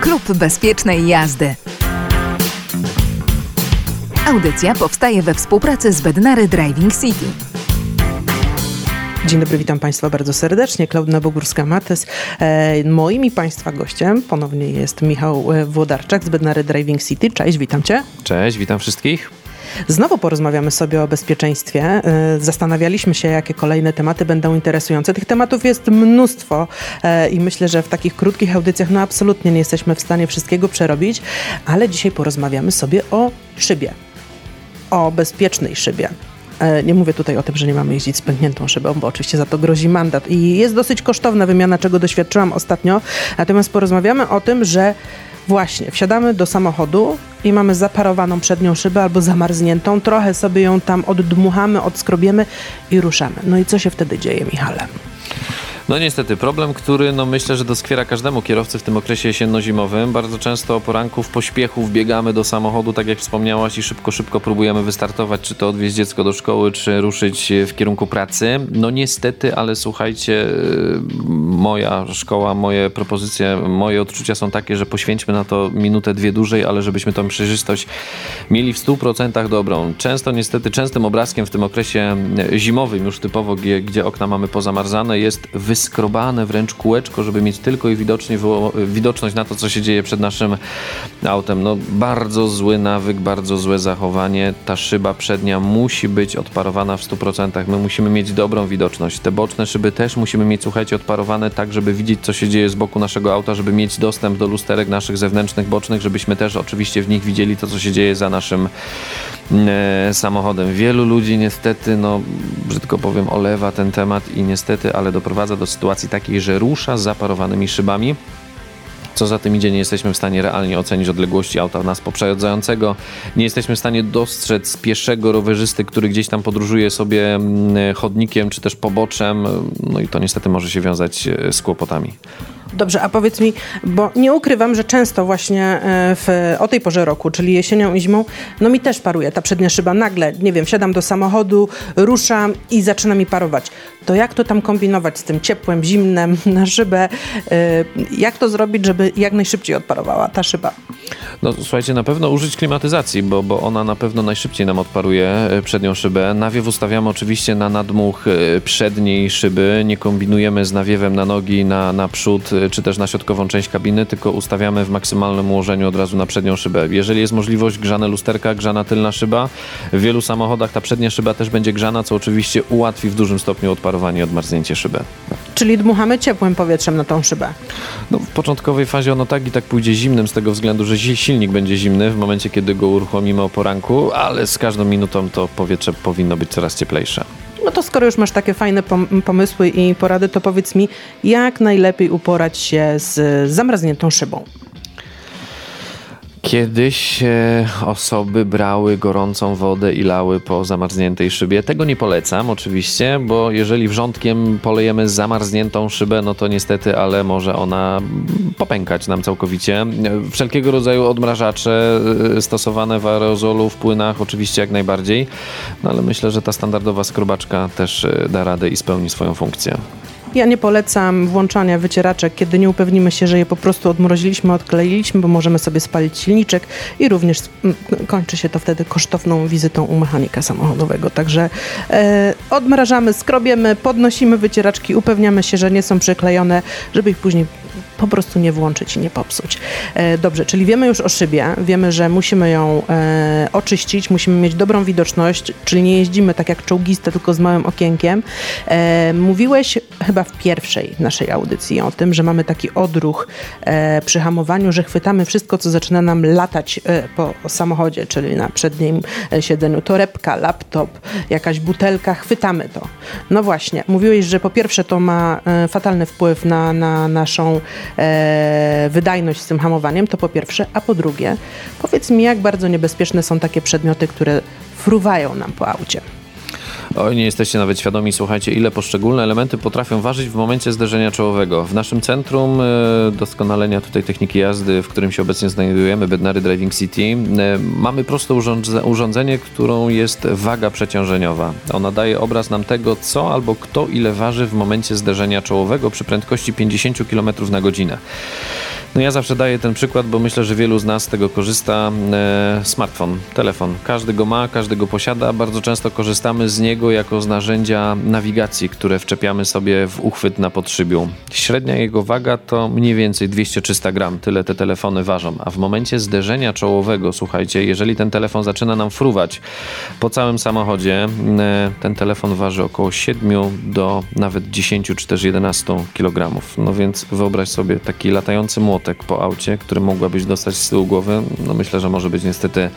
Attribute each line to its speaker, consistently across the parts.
Speaker 1: Klub Bezpiecznej Jazdy. Audycja powstaje we współpracy z Bednary Driving City.
Speaker 2: Dzień dobry, witam Państwa bardzo serdecznie. Klaudyna Bogórska-Matys. Moim i Państwa gościem ponownie jest Michał Włodarczak z Bednary Driving City. Cześć, witam Cię.
Speaker 3: Cześć, witam wszystkich.
Speaker 2: Znowu porozmawiamy sobie o bezpieczeństwie. Zastanawialiśmy się, jakie kolejne tematy będą interesujące. Tych tematów jest mnóstwo i myślę, że w takich krótkich audycjach absolutnie nie jesteśmy w stanie wszystkiego przerobić, ale dzisiaj porozmawiamy sobie o szybie. O bezpiecznej szybie. Nie mówię tutaj o tym, że nie mamy jeździć z pękniętą szybą, bo oczywiście za to grozi mandat i jest dosyć kosztowna wymiana, czego doświadczyłam ostatnio. Natomiast porozmawiamy o tym, że właśnie wsiadamy do samochodu i mamy zaparowaną przednią szybę albo zamarzniętą, trochę sobie ją tam oddmuchamy, odskrobiemy i ruszamy. No i co się wtedy dzieje, Michale?
Speaker 3: No niestety, problem, który myślę, że doskwiera każdemu kierowcy w tym okresie jesienno-zimowym. Bardzo często o poranku w pośpiechu wbiegamy do samochodu, tak jak wspomniałaś, i szybko próbujemy wystartować, czy to odwieźć dziecko do szkoły, czy ruszyć w kierunku pracy. No niestety, ale słuchajcie, moja szkoła, moje propozycje, moje odczucia są takie, że poświęćmy na to minutę, dwie dłużej, ale żebyśmy tą przejrzystość mieli w 100% dobrą. Często niestety, częstym obrazkiem w tym okresie zimowym, już typowo, gdzie okna mamy pozamarzane, jest wyskrobane wręcz kółeczko, żeby mieć tylko i widoczność na to, co się dzieje przed naszym autem. No bardzo zły nawyk, bardzo złe zachowanie. Ta szyba przednia musi być odparowana w 100%. My musimy mieć dobrą widoczność. Te boczne szyby też musimy mieć, słuchajcie, odparowane tak, żeby widzieć, co się dzieje z boku naszego auta, żeby mieć dostęp do lusterek naszych zewnętrznych, bocznych, żebyśmy też oczywiście w nich widzieli to, co się dzieje za naszym samochodem. Wielu ludzi niestety, brzydko powiem, olewa ten temat i niestety, ale doprowadza do sytuacji takiej, że rusza z zaparowanymi szybami. Co za tym idzie, nie jesteśmy w stanie realnie ocenić odległości auta nas poprzedzającego. Nie jesteśmy w stanie dostrzec pieszego rowerzysty, który gdzieś tam podróżuje sobie chodnikiem czy też poboczem. No i to niestety może się wiązać z kłopotami.
Speaker 2: Dobrze, a powiedz mi, bo nie ukrywam, że często właśnie o tej porze roku, czyli jesienią i zimą, mi też paruje ta przednia szyba. Nagle, nie wiem, wsiadam do samochodu, ruszam i zaczyna mi parować. To jak to tam kombinować z tym ciepłem, zimnem na szybę? Jak to zrobić, żeby jak najszybciej odparowała ta szyba?
Speaker 3: No słuchajcie, na pewno użyć klimatyzacji, bo ona na pewno najszybciej nam odparuje przednią szybę. Nawiew ustawiamy oczywiście na nadmuch przedniej szyby. Nie kombinujemy z nawiewem na nogi, na przód, czy też na środkową część kabiny, tylko ustawiamy w maksymalnym ułożeniu od razu na przednią szybę. Jeżeli jest możliwość, grzane lusterka, grzana tylna szyba. W wielu samochodach ta przednia szyba też będzie grzana, co oczywiście ułatwi w dużym stopniu odparowanie i odmarznięcie szyby.
Speaker 2: Czyli dmuchamy ciepłym powietrzem na tą szybę.
Speaker 3: W początkowej fazie ono tak i tak pójdzie zimnym z tego względu, że silnik będzie zimny w momencie, kiedy go uruchomimy o poranku, ale z każdą minutą to powietrze powinno być coraz cieplejsze.
Speaker 2: No to skoro już masz takie fajne pomysły i porady, to powiedz mi, jak najlepiej uporać się z zamarzniętą szybą?
Speaker 3: Kiedyś osoby brały gorącą wodę i lały po zamarzniętej szybie. Tego nie polecam oczywiście, bo jeżeli wrzątkiem polejemy zamarzniętą szybę, no to niestety, ale może ona popękać nam całkowicie. Wszelkiego rodzaju odmrażacze stosowane w aerozolu, w płynach oczywiście jak najbardziej, ale myślę, że ta standardowa skrobaczka też da radę i spełni swoją funkcję.
Speaker 2: Ja nie polecam włączania wycieraczek, kiedy nie upewnimy się, że je po prostu odmroziliśmy, odkleiliśmy, bo możemy sobie spalić silniczek i również kończy się to wtedy kosztowną wizytą u mechanika samochodowego. Także odmrażamy, skrobiemy, podnosimy wycieraczki, upewniamy się, że nie są przyklejone, żeby ich później po prostu nie włączyć i nie popsuć. Dobrze, czyli wiemy już o szybie, wiemy, że musimy ją oczyścić, musimy mieć dobrą widoczność, czyli nie jeździmy tak jak czołgiste, tylko z małym okienkiem. Mówiłeś chyba w pierwszej naszej audycji o tym, że mamy taki odruch przy hamowaniu, że chwytamy wszystko, co zaczyna nam latać po samochodzie, czyli na przednim siedzeniu torebka, laptop, jakaś butelka, chwytamy to. No właśnie, mówiłeś, że po pierwsze to ma fatalny wpływ na naszą wydajność z tym hamowaniem, to po pierwsze, a po drugie, powiedz mi, jak bardzo niebezpieczne są takie przedmioty, które fruwają nam po aucie.
Speaker 3: Oj, nie jesteście nawet świadomi, słuchajcie, ile poszczególne elementy potrafią ważyć w momencie zderzenia czołowego. W naszym centrum doskonalenia tutaj techniki jazdy, w którym się obecnie znajdujemy, Bednary Driving City, mamy proste urządzenie, którą jest waga przeciążeniowa. Ona daje obraz nam tego, co albo kto ile waży w momencie zderzenia czołowego przy prędkości 50 km na godzinę. No ja zawsze daję ten przykład, bo myślę, że wielu z nas z tego korzysta. Smartfon, telefon. Każdy go ma, każdy go posiada. Bardzo często korzystamy z niego jako z narzędzia nawigacji, które wczepiamy sobie w uchwyt na podszybiu. Średnia jego waga to mniej więcej 200-300 gram. Tyle te telefony ważą. A w momencie zderzenia czołowego, słuchajcie, jeżeli ten telefon zaczyna nam fruwać po całym samochodzie, ten telefon waży około 7 do nawet 10 czy też 11 kg. No więc wyobraź sobie taki latający młotek po aucie, który mogłabyś dostać z tyłu głowy. No myślę, że może być niestety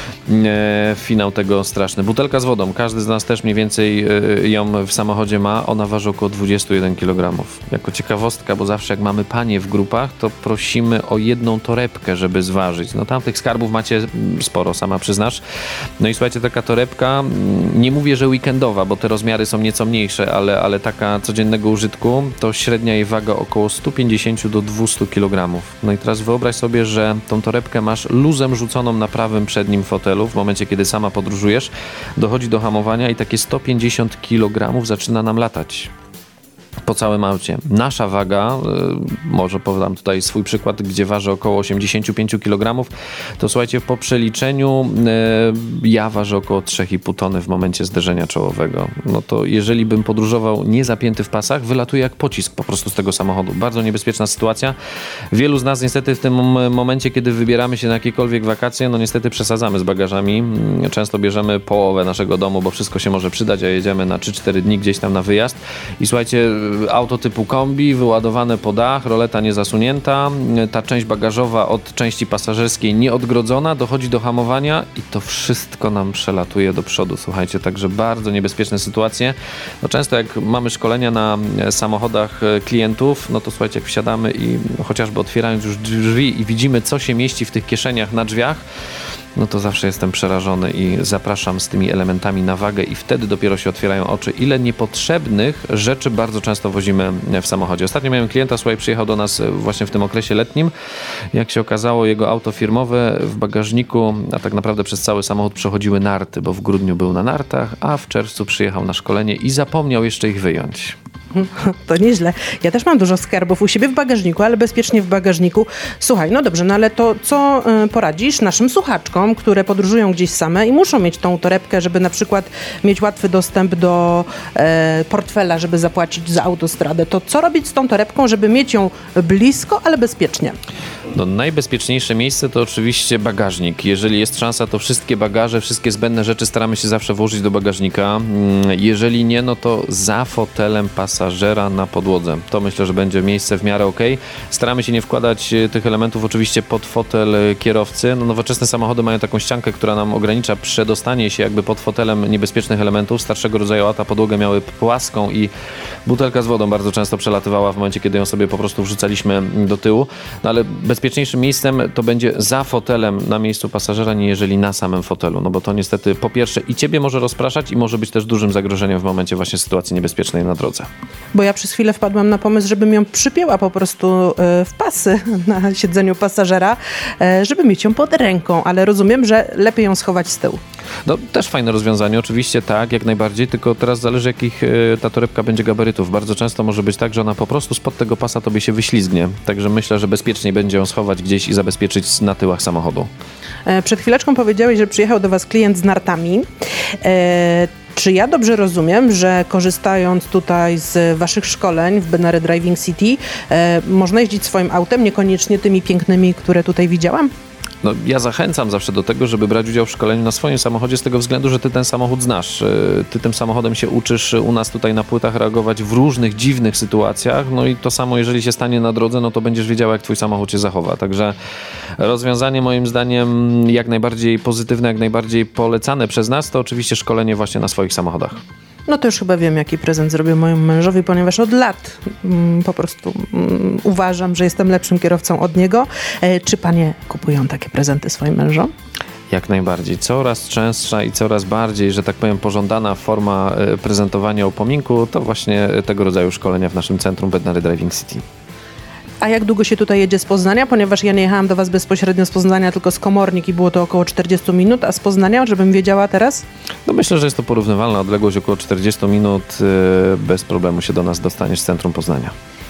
Speaker 3: finał tego straszny. Butelka z wodą. Każdy z nas też mniej więcej ją w samochodzie ma. Ona waży około 21 kg. Jako ciekawostka, bo zawsze jak mamy panie w grupach, to prosimy o jedną torebkę, żeby zważyć. No tam tych skarbów macie sporo, sama przyznasz. No i słuchajcie, taka torebka, nie mówię, że weekendowa, bo te rozmiary są nieco mniejsze, ale taka codziennego użytku, to średnia jej waga około 150 do 200 kg. No i teraz wyobraź sobie, że tą torebkę masz luzem rzuconą na prawym przednim fotelu w momencie, kiedy sama podróżujesz, dochodzi do hamowania i takie 150 kg zaczyna nam latać po całym aucie. Nasza waga, może podam tutaj swój przykład, gdzie waży około 85 kg, to słuchajcie, po przeliczeniu ja ważę około 3,5 tony w momencie zderzenia czołowego. No to jeżeli bym podróżował niezapięty w pasach, wylatuję jak pocisk po prostu z tego samochodu. Bardzo niebezpieczna sytuacja. Wielu z nas niestety w tym momencie, kiedy wybieramy się na jakiekolwiek wakacje, no niestety przesadzamy z bagażami. Często bierzemy połowę naszego domu, bo wszystko się może przydać, a jedziemy na 3-4 dni gdzieś tam na wyjazd i słuchajcie, auto typu kombi, wyładowane po dach, roleta niezasunięta, ta część bagażowa od części pasażerskiej nieodgrodzona, dochodzi do hamowania i to wszystko nam przelatuje do przodu, słuchajcie, także bardzo niebezpieczne sytuacje. No często jak mamy szkolenia na samochodach klientów, no to słuchajcie, jak wsiadamy i chociażby otwierając już drzwi i widzimy, co się mieści w tych kieszeniach na drzwiach, no to zawsze jestem przerażony i zapraszam z tymi elementami na wagę i wtedy dopiero się otwierają oczy, ile niepotrzebnych rzeczy bardzo często wozimy w samochodzie. Ostatnio miałem klienta, słuchaj, przyjechał do nas właśnie w tym okresie letnim. Jak się okazało, jego auto firmowe w bagażniku, a tak naprawdę przez cały samochód przechodziły narty, bo w grudniu był na nartach, a w czerwcu przyjechał na szkolenie i zapomniał jeszcze ich wyjąć.
Speaker 2: To nieźle. Ja też mam dużo skarbów u siebie w bagażniku, ale bezpiecznie w bagażniku. Słuchaj, no dobrze, no ale to co poradzisz naszym słuchaczkom, które podróżują gdzieś same i muszą mieć tą torebkę, żeby na przykład mieć łatwy dostęp do portfela, żeby zapłacić za autostradę. To co robić z tą torebką, żeby mieć ją blisko, ale bezpiecznie?
Speaker 3: No, najbezpieczniejsze miejsce to oczywiście bagażnik. Jeżeli jest szansa, to wszystkie bagaże, wszystkie zbędne rzeczy staramy się zawsze włożyć do bagażnika. Jeżeli nie, no to za fotelem pasażera na podłodze. To myślę, że będzie miejsce w miarę okej. Staramy się nie wkładać tych elementów oczywiście pod fotel kierowcy. No, nowoczesne samochody mają taką ściankę, która nam ogranicza przedostanie się jakby pod fotelem niebezpiecznych elementów. Starszego rodzaju auta podłogę miały płaską i butelka z wodą bardzo często przelatywała w momencie, kiedy ją sobie po prostu wrzucaliśmy do tyłu. No ale bezpieczniejszym miejscem to będzie za fotelem na miejscu pasażera, nie jeżeli na samym fotelu. No bo to niestety po pierwsze i ciebie może rozpraszać i może być też dużym zagrożeniem w momencie właśnie sytuacji niebezpiecznej na drodze.
Speaker 2: Bo ja przez chwilę wpadłam na pomysł, żebym ją przypięła po prostu w pasy na siedzeniu pasażera, żeby mieć ją pod ręką, ale rozumiem, że lepiej ją schować z tyłu.
Speaker 3: No też fajne rozwiązanie, oczywiście tak, jak najbardziej, tylko teraz zależy jakich ta torebka będzie gabarytów. Bardzo często może być tak, że ona po prostu spod tego pasa tobie się wyślizgnie, także myślę, że bezpieczniej będzie ją schować gdzieś i zabezpieczyć na tyłach samochodu.
Speaker 2: Przed chwileczką powiedziałeś, że przyjechał do was klient z nartami. Czy ja dobrze rozumiem, że korzystając tutaj z waszych szkoleń w Bednary Driving City, można jeździć swoim autem, niekoniecznie tymi pięknymi, które tutaj widziałam?
Speaker 3: No, ja zachęcam zawsze do tego, żeby brać udział w szkoleniu na swoim samochodzie z tego względu, że ty ten samochód znasz. Ty tym samochodem się uczysz u nas tutaj na płytach reagować w różnych dziwnych sytuacjach. No i to samo, jeżeli się stanie na drodze, no to będziesz wiedział, jak twój samochód się zachowa. Także rozwiązanie moim zdaniem jak najbardziej pozytywne, jak najbardziej polecane przez nas, to oczywiście szkolenie właśnie na swoich samochodach.
Speaker 2: No to już chyba wiem, jaki prezent zrobię mojemu mężowi, ponieważ od lat po prostu uważam, że jestem lepszym kierowcą od niego. Czy panie kupują takie prezenty swoim mężom?
Speaker 3: Jak najbardziej. Coraz częstsza i coraz bardziej, że tak powiem, pożądana forma prezentowania upominku to właśnie tego rodzaju szkolenia w naszym centrum Bednary Driving City.
Speaker 2: A jak długo się tutaj jedzie z Poznania? Ponieważ ja nie jechałam do was bezpośrednio z Poznania, tylko z Komornik i było to około 40 minut, a z Poznania, żebym wiedziała teraz?
Speaker 3: No myślę, że jest to porównywalna odległość, około 40 minut. Bez problemu się do nas dostaniesz z centrum Poznania.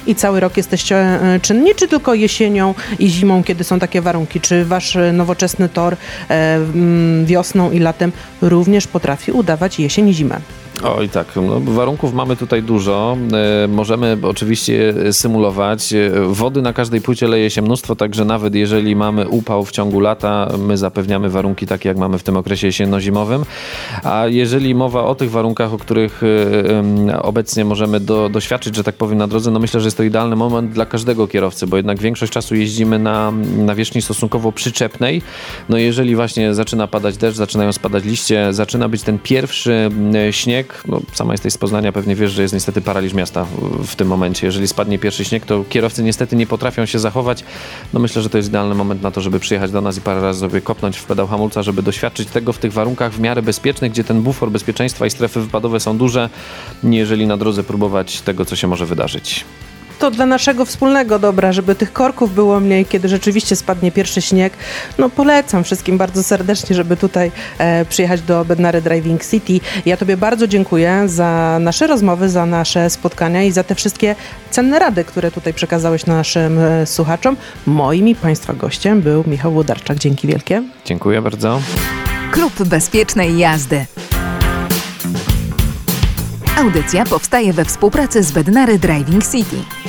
Speaker 2: i cały rok jesteście czynni, czy tylko jesienią i zimą, kiedy są takie warunki? Czy wasz nowoczesny tor wiosną i latem również potrafi udawać jesień i zimę?
Speaker 3: Oj tak, no, warunków mamy tutaj dużo. Możemy oczywiście symulować. Wody na każdej płycie leje się mnóstwo, także nawet jeżeli mamy upał w ciągu lata, my zapewniamy warunki takie, jak mamy w tym okresie jesienno-zimowym. A jeżeli mowa o tych warunkach, o których obecnie możemy doświadczyć, że tak powiem, na drodze, no myślę, że jest to idealny moment dla każdego kierowcy, bo jednak większość czasu jeździmy na nawierzchni stosunkowo przyczepnej. No jeżeli właśnie zaczyna padać deszcz, zaczynają spadać liście, zaczyna być ten pierwszy śnieg, no, sama jesteś z Poznania, pewnie wiesz, że jest niestety paraliż miasta w tym momencie. Jeżeli spadnie pierwszy śnieg, to kierowcy niestety nie potrafią się zachować. No myślę, że to jest idealny moment na to, żeby przyjechać do nas i parę razy sobie kopnąć w pedał hamulca, żeby doświadczyć tego w tych warunkach w miarę bezpiecznych, gdzie ten bufor bezpieczeństwa i strefy wypadowe są duże, jeżeli na drodze próbować tego, co się może wydarzyć.
Speaker 2: To dla naszego wspólnego dobra, żeby tych korków było mniej, kiedy rzeczywiście spadnie pierwszy śnieg. No polecam wszystkim bardzo serdecznie, żeby tutaj przyjechać do Bednary Driving City. Ja tobie bardzo dziękuję za nasze rozmowy, za nasze spotkania i za te wszystkie cenne rady, które tutaj przekazałeś naszym słuchaczom. Moim i państwa gościem był Michał Włodarczak. Dzięki wielkie.
Speaker 3: Dziękuję bardzo.
Speaker 1: Klub Bezpiecznej Jazdy. Audycja powstaje we współpracy z Bednary Driving City.